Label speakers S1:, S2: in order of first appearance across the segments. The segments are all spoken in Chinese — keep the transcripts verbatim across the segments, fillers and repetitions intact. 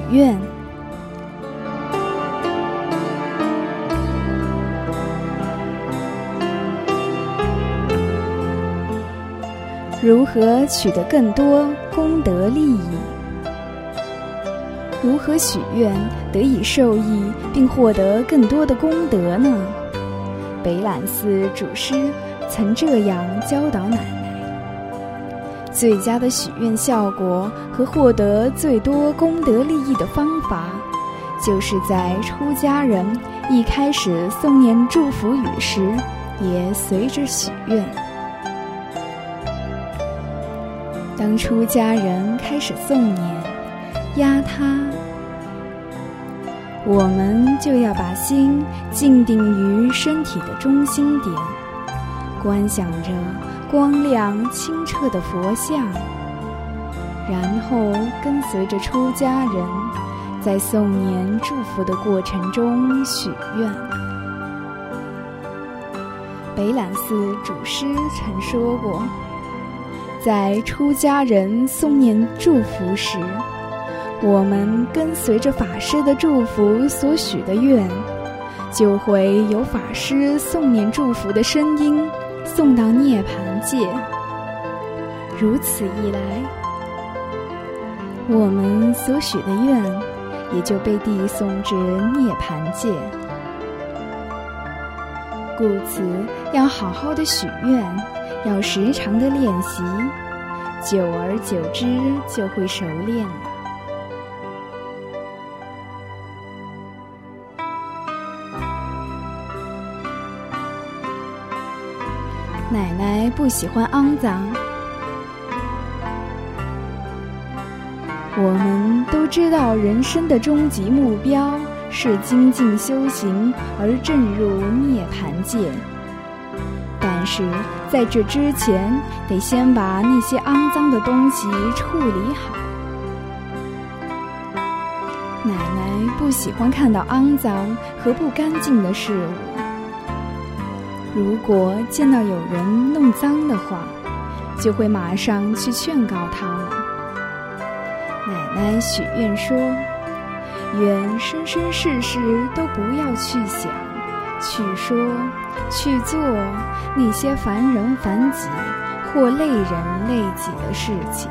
S1: 愿。如何取得更多功德利益？如何许愿得以受益并获得更多的功德呢？北榄寺主师曾这样教导奶奶：最佳的许愿效果和获得最多功德利益的方法，就是在出家人一开始诵念祝福语时，也随着许愿。当出家人开始诵念压他，我们就要把心静定于身体的中心点，观想着光亮清澈的佛像，然后跟随着出家人在诵念祝福的过程中许愿。北榄寺主师曾说过，在出家人诵念祝福时，我们跟随着法师的祝福所许的愿，就会有法师诵念祝福的声音送到涅槃界。如此一来，我们所许的愿也就被递送至涅槃界。故此，要好好的许愿，要时常的练习，久而久之就会熟练了。奶奶不喜欢肮脏。我们都知道人生的终极目标是精进修行而证入涅槃界，但是在这之前得先把那些肮脏的东西处理好。奶奶不喜欢看到肮脏和不干净的事物，如果见到有人弄脏的话，就会马上去劝告他们。奶奶许愿说，愿生生世世都不要去想、去说、去做那些烦人烦己或累人累己的事情。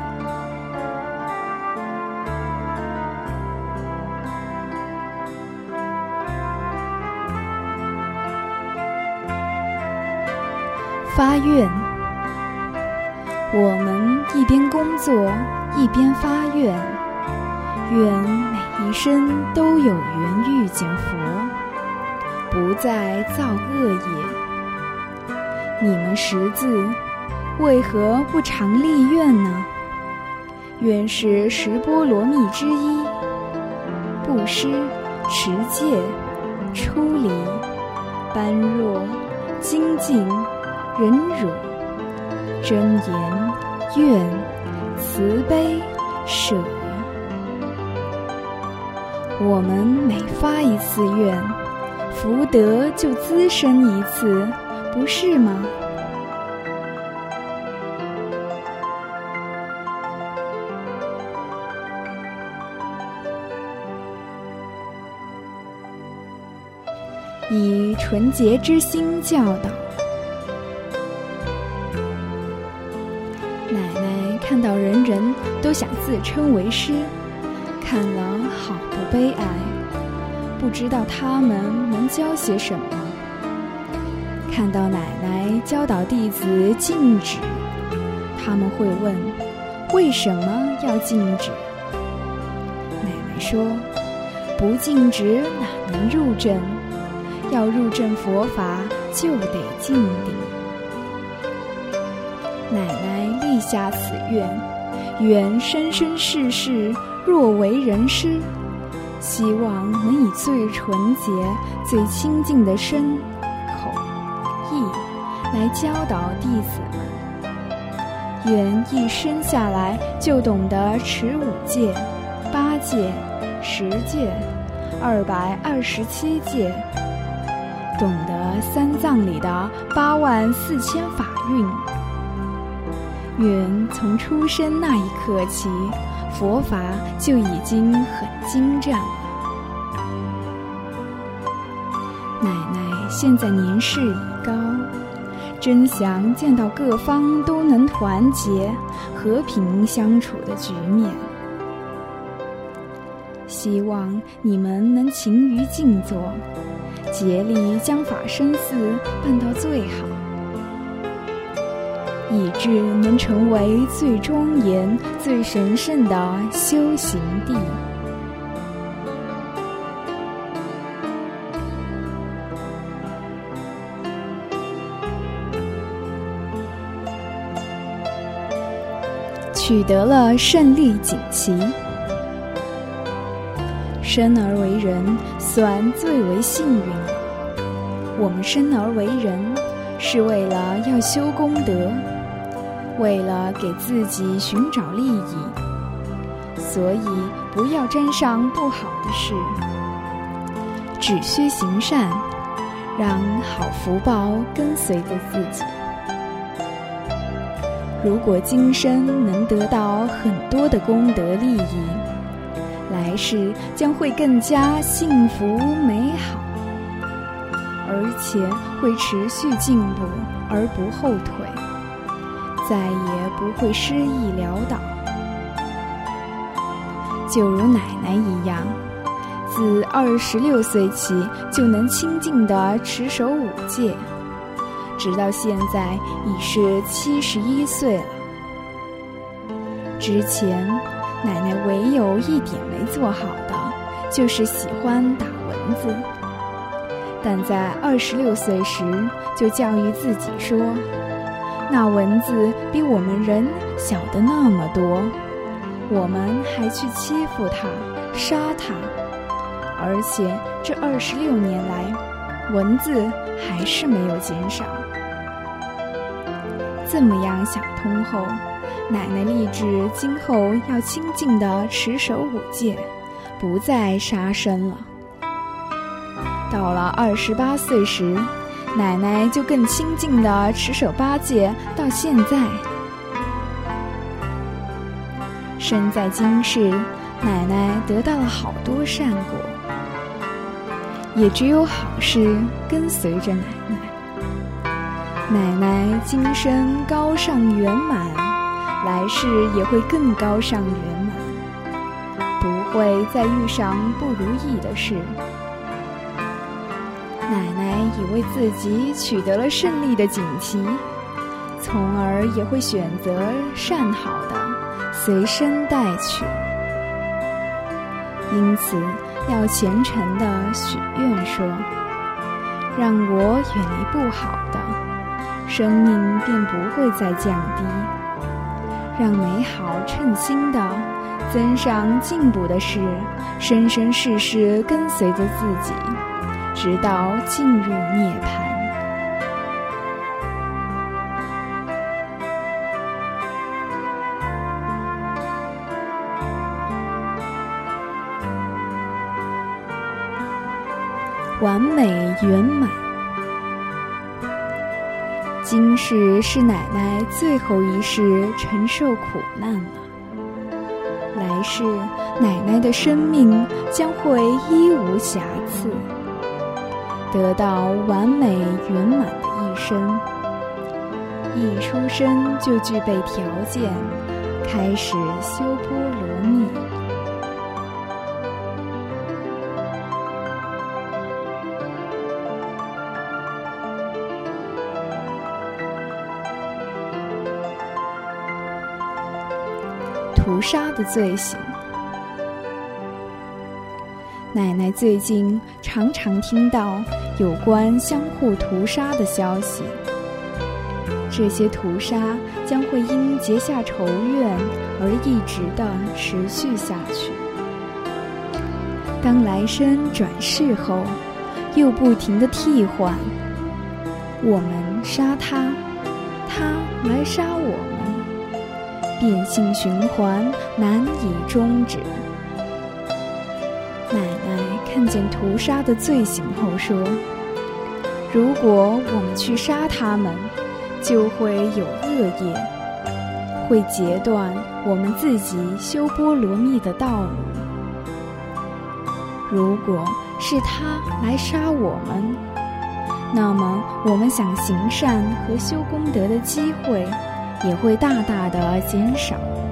S1: 发愿，我们一边工作一边发愿，愿每一生都有缘遇见佛，不再造恶业。你们识字为何不常立愿呢？愿是十波罗蜜之一：布施、持戒、出离、般若、精进、忍辱、真言、愿、慈悲、舍。我们每发一次愿，福德就滋生一次，不是吗？以纯洁之心教导。奶奶看到人人都想自称为师，看了好不悲哀，不知道他们能教些什么。看到奶奶教导弟子禁止，他们会问，为什么要禁止？奶奶说，不禁止哪能入正？要入正佛法，就得静定。奶奶立下此愿，愿生生世世若为人师，希望能以最纯洁、最清净的身、口、意来教导弟子们。愿一生下来就懂得持五戒、八戒、十戒、二百二十七戒，懂得三藏里的八万四千法蕴。愿从出生那一刻起， 佛法就已经很精湛了。奶奶现在年事已高，真想见到各方都能团结、和平相处的局面。希望你们能勤于静坐，竭力将法身寺办到最好，以致能成为最庄严、最神圣的修行地。取得了胜利锦旗。生而为人，算最为幸运了。我们生而为人，是为了要修功德，为了给自己寻找利益，所以不要沾上不好的事，只需行善，让好福报跟随着自己。如果今生能得到很多的功德利益，来世将会更加幸福美好，而且会持续进步而不后退，再也不会失意潦倒。就如奶奶一样，自二十六岁起就能清净地持守五戒，直到现在已是七十一岁了。之前奶奶唯有一点没做好的，就是喜欢打蚊子。但在二十六岁时，就教育自己说，那蚊子比我们人小得那么多，我们还去欺负它、杀它，而且这二十六年来，蚊子还是没有减少。这么样想通后，奶奶立志今后要清净地持守五戒，不再杀生了。到了二十八岁时，奶奶就更清净地持守八戒，到现在。身在今世，奶奶得到了好多善果，也只有好事跟随着奶奶。奶奶今生高尚圆满，来世也会更高尚圆满，不会再遇上不如意的事。奶奶也为自己取得了胜利的锦旗，从而也会选择善好的随身带去。因此要虔诚地许愿说，让我远离不好的，生命便不会再降低，让美好称心的、增上进步的事，生生世世跟随着自己，直到进入涅槃。完美圆满。今世是奶奶最后一世承受苦难了，来世奶奶的生命将会一无瑕疵，得到完美圆满的一生。一出生就具备条件，开始修波罗蜜。屠杀的罪行。奶奶最近常常听到有关相互屠杀的消息，这些屠杀将会因结下仇怨而一直地持续下去。当来生转世后，又不停地替换，我们杀他，他来杀我们，变性循环难以终止。奶奶看见屠杀的罪行后说，如果我们去杀他们，就会有恶业， 会截断我们自己修波罗蜜的道路。如果是他来杀我们，那么我们想行善和修功德的机会也会大大的减少。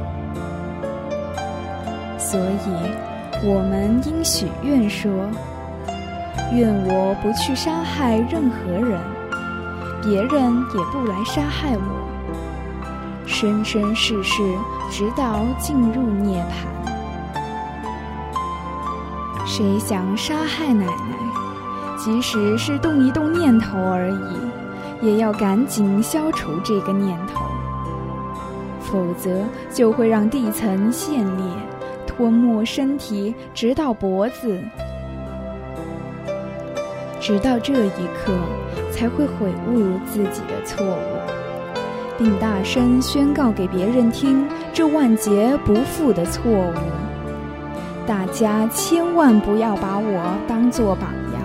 S1: 所以我们应许愿说，愿我不去杀害任何人，别人也不来杀害我，生生世世直到进入涅槃。谁想杀害奶奶，即使是动一动念头而已，也要赶紧消除这个念头，否则就会让地层陷裂，吞没身体直到脖子。直到这一刻才会悔悟自己的错误，并大声宣告给别人听这万劫不复的错误。大家千万不要把我当作榜样。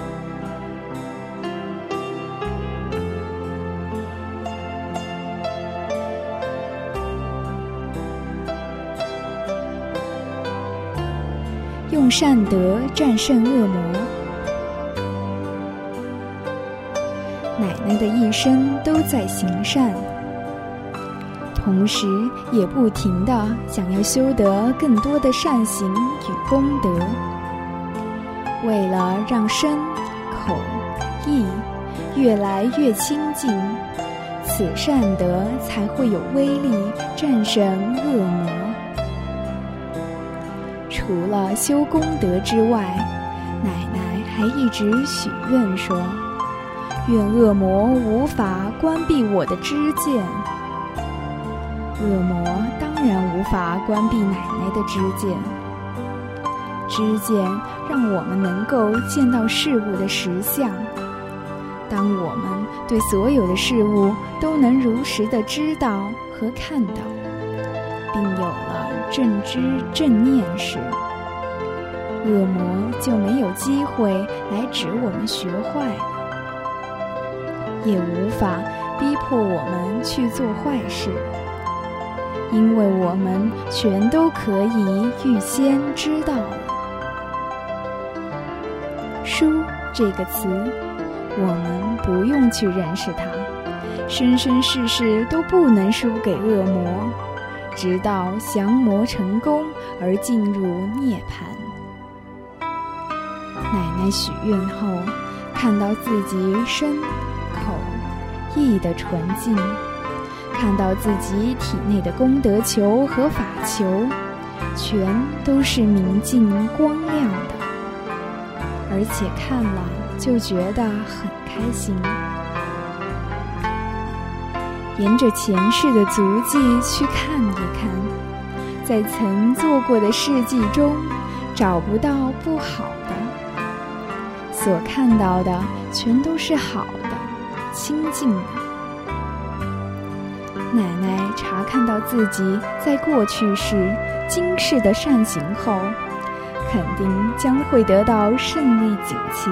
S1: 用善德战胜恶魔。奶奶的一生都在行善，同时也不停地想要修得更多的善行与功德。为了让身、口、意越来越清净，此善德才会有威力战胜恶魔。除了修功德之外，奶奶还一直许愿说，愿恶魔无法关闭我的知见。恶魔当然无法关闭奶奶的知见，知见让我们能够见到事物的实相。当我们对所有的事物都能如实的知道和看到，并有了正知正念时，恶魔就没有机会来指我们学坏了，也无法逼迫我们去做坏事，因为我们全都可以预先知道了。输这个词，我们不用去认识它，生生世世都不能输给恶魔，直到降魔成功而进入涅槃。奶奶许愿后，看到自己身、口、意的纯净，看到自己体内的功德球和法球全都是明净光亮的，而且看了就觉得很开心。沿着前世的足迹去看一看，在曾做过的事迹中找不到不好的，所看到的全都是好的、清净的。奶奶查看到自己在过去世、今世的善行后，肯定将会得到胜利锦旗。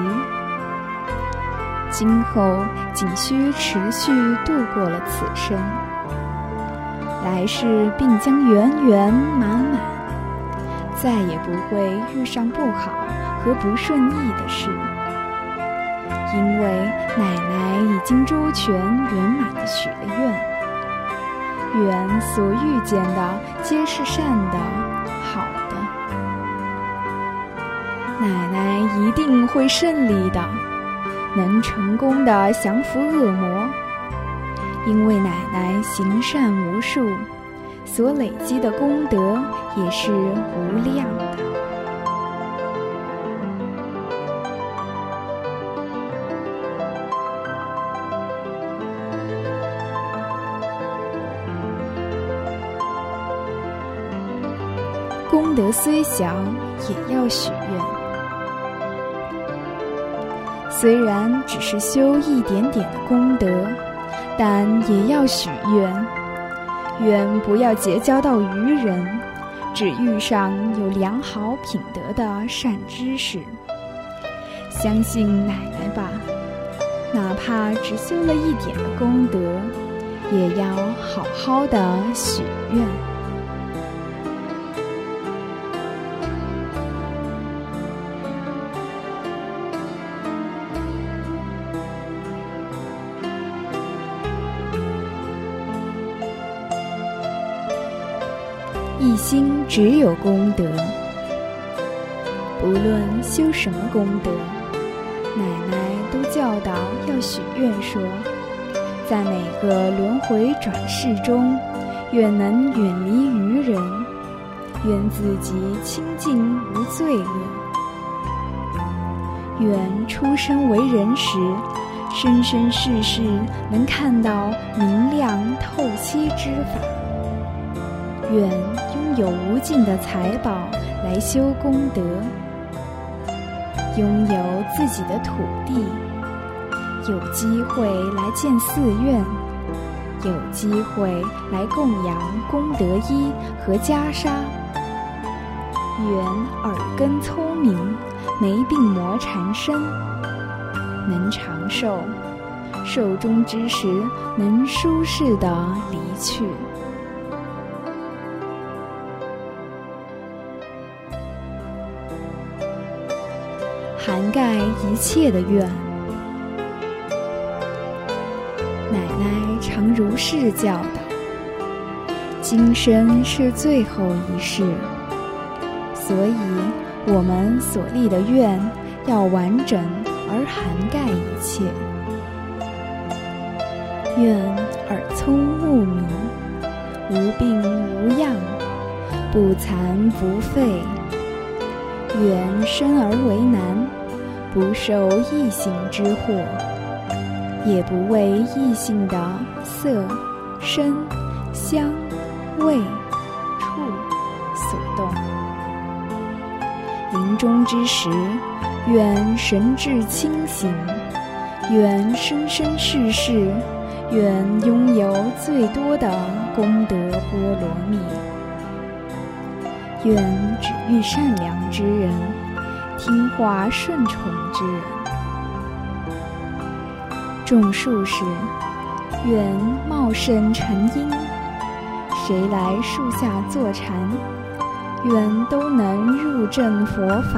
S1: 今后仅需持续度过了此生，来世并将圆圆满满，再也不会遇上不好和不顺意的事，因为奶奶已经周全圆满地许了愿，愿所遇见的皆是善的、好的。奶奶一定会胜利的，能成功地降服恶魔，因为奶奶行善无数，所累积的功德也是无量的。功德虽小，也要许愿。虽然只是修一点点的功德，但也要许愿，愿不要结交到愚人，只遇上有良好品德的善知识。相信奶奶吧，哪怕只修了一点的功德， 也要好好的许愿。一心只有功德，不论修什么功德，奶奶都教导要许愿说，在每个轮回转世中，愿能远离愚人，愿自己清净无罪恶，愿出生为人时，生生世世能看到明亮透析之法，愿拥有无尽的财宝来修功德，拥有自己的土地，有机会来建寺院，有机会来供养功德衣和袈裟，愿耳根聪明，没病魔缠身，能长寿，寿终之时能舒适地离去。涵盖一切的愿。奶奶常如是教导，今生是最后一世，所以我们所立的愿要完整而涵盖一切。愿耳聪目明，无病无恙，不残不废。愿生而为难，不受异性之祸，也不为异性的色、声、香、味、触所动。临终之时，愿神志清醒，愿生生世世，愿拥有最多的功德波罗蜜。愿只遇善良之人，听话顺从之人。种树时，愿茂盛成荫，谁来树下坐禅，愿都能入正佛法。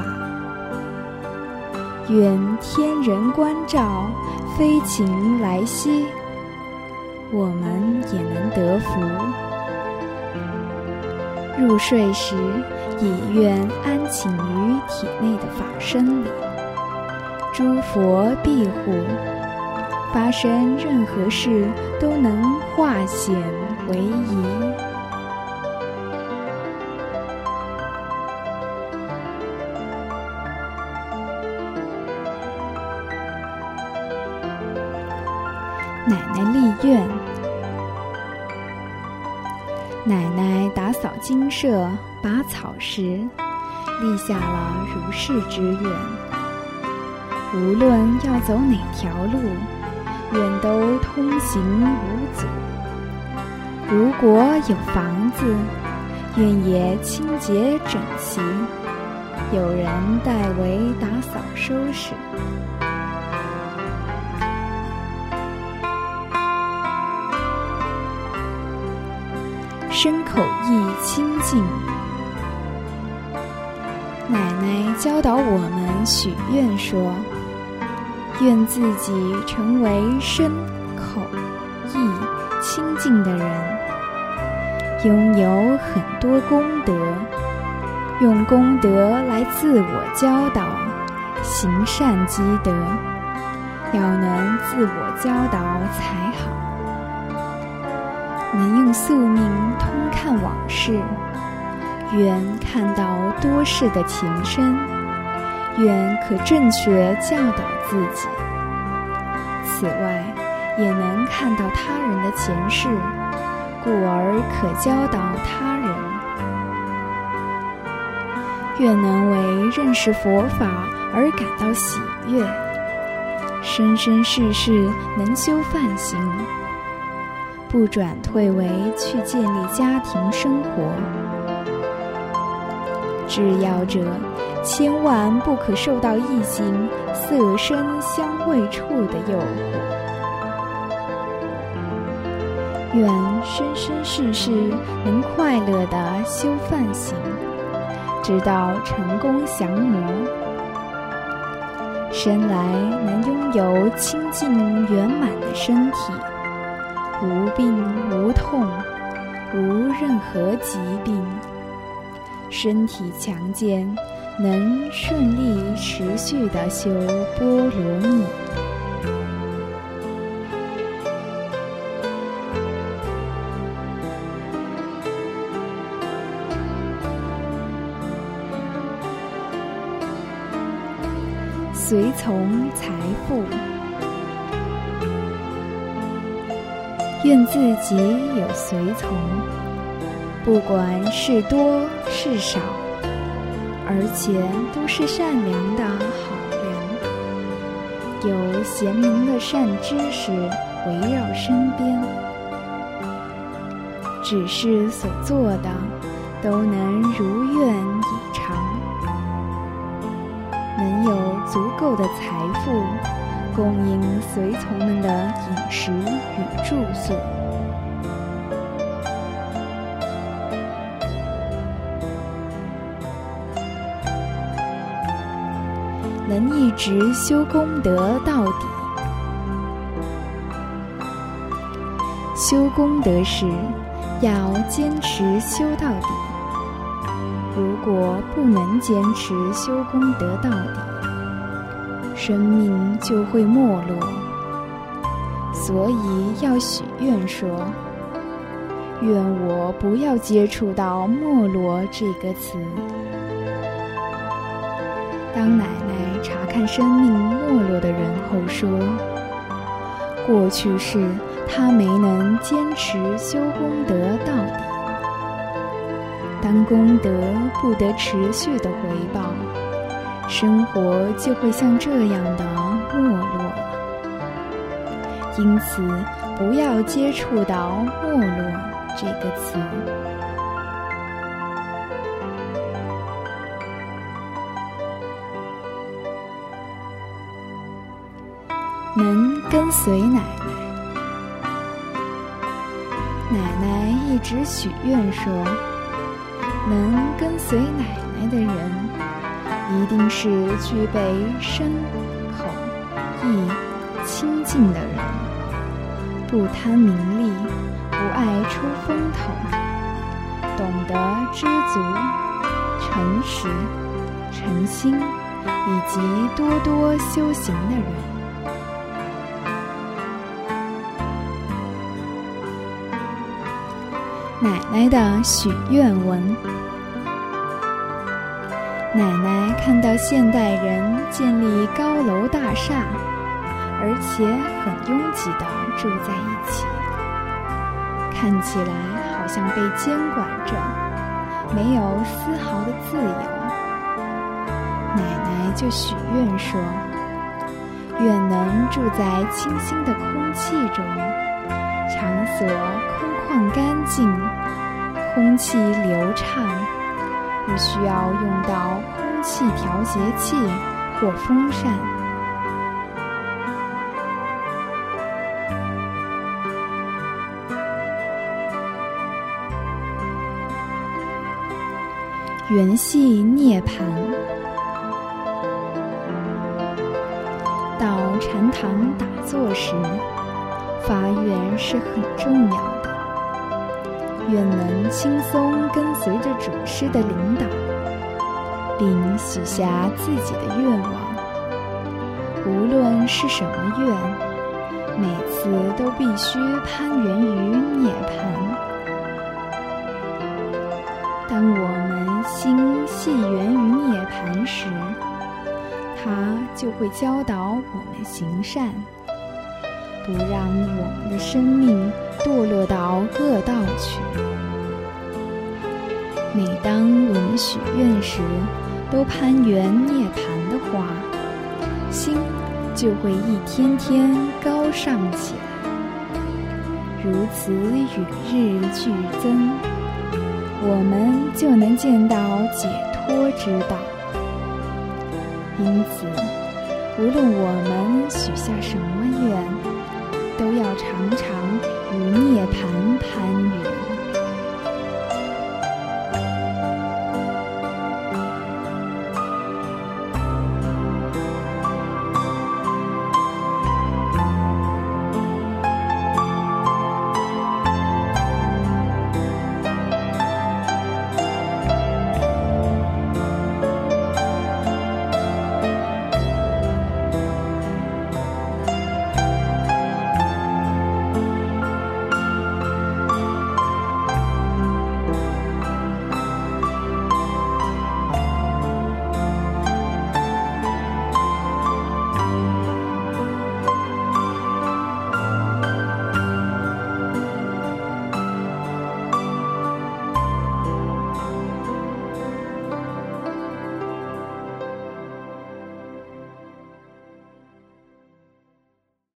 S1: 愿天人关照，飞禽来兮，我们也能得福。入睡时，以愿安寝于体内的法身里，诸佛庇护，发生任何事都能化险为夷。奶奶立愿。奶奶打扫精舍拔草时，立下了如是之愿，无论要走哪条路，愿都通行无阻。如果有房子，愿也清洁整齐，有人代为打扫收拾。身口意清净。奶奶教导我们许愿说，愿自己成为身口意清净的人，拥有很多功德，用功德来自我教导，行善积德，要能自我教导才好。能用宿命通看往事，愿看到多世的前身，愿可正确教导自己。此外，也能看到他人的前世，故而可教导他人。愿能为认识佛法而感到喜悦，生生世世能修梵行，不转退为去建立家庭生活。制药者千万不可受到异性色身香味触的诱惑。 愿生生世世能快乐地修梵行，直到成功降魔，生来能拥有清净圆满的身体，无病无痛，无任何疾病，身体强健，能顺利持续地修波罗蜜。随从财富，愿自己有随从，不管是多是少，而且都是善良的好人，有贤明的善知识围绕身边，只是所做的都能如愿以偿，能有足够的财富供应随从们的饮食与住宿。能一直修功德到底。修功德时要坚持修到底，如果不能坚持修功德到底，生命就会没落。所以要许愿说，愿我不要接触到没落这个词。当奶奶查看生命没落的人后说，过去是她没能坚持修功德到底，当功德不得持续的回报，生活就会像这样的没落了。因此不要接触到没落这个词。能跟随奶奶，奶奶一直许愿说，能跟随奶奶的人一定是具备身口意清净的人，不贪名利，不爱出风头，懂得知足、诚实、诚心以及多多修行的人。奶奶的许愿文。奶奶看到现代人建立高楼大厦，而且很拥挤地住在一起，看起来好像被监管着，没有丝毫的自由。奶奶就许愿说，愿能住在清新的空气中，场所空旷干净，空气流畅，不需要用到空气调节器或风扇。缘系涅槃。到禅堂打坐时，发愿是很重要的，愿能轻松跟随着主师的领导，并许下自己的愿望。无论是什么愿，每次都必须攀缘于涅槃。当我们心系缘于涅槃时，它就会教导我们行善，不让我们的生命堕落到恶道去。每当我们许愿时都攀缘涅槃的话，心就会一天天高尚起来，如此与日俱增，我们就能见到解脱之道。因此，无论我们许下什么愿， 都要常常与涅槃攀援。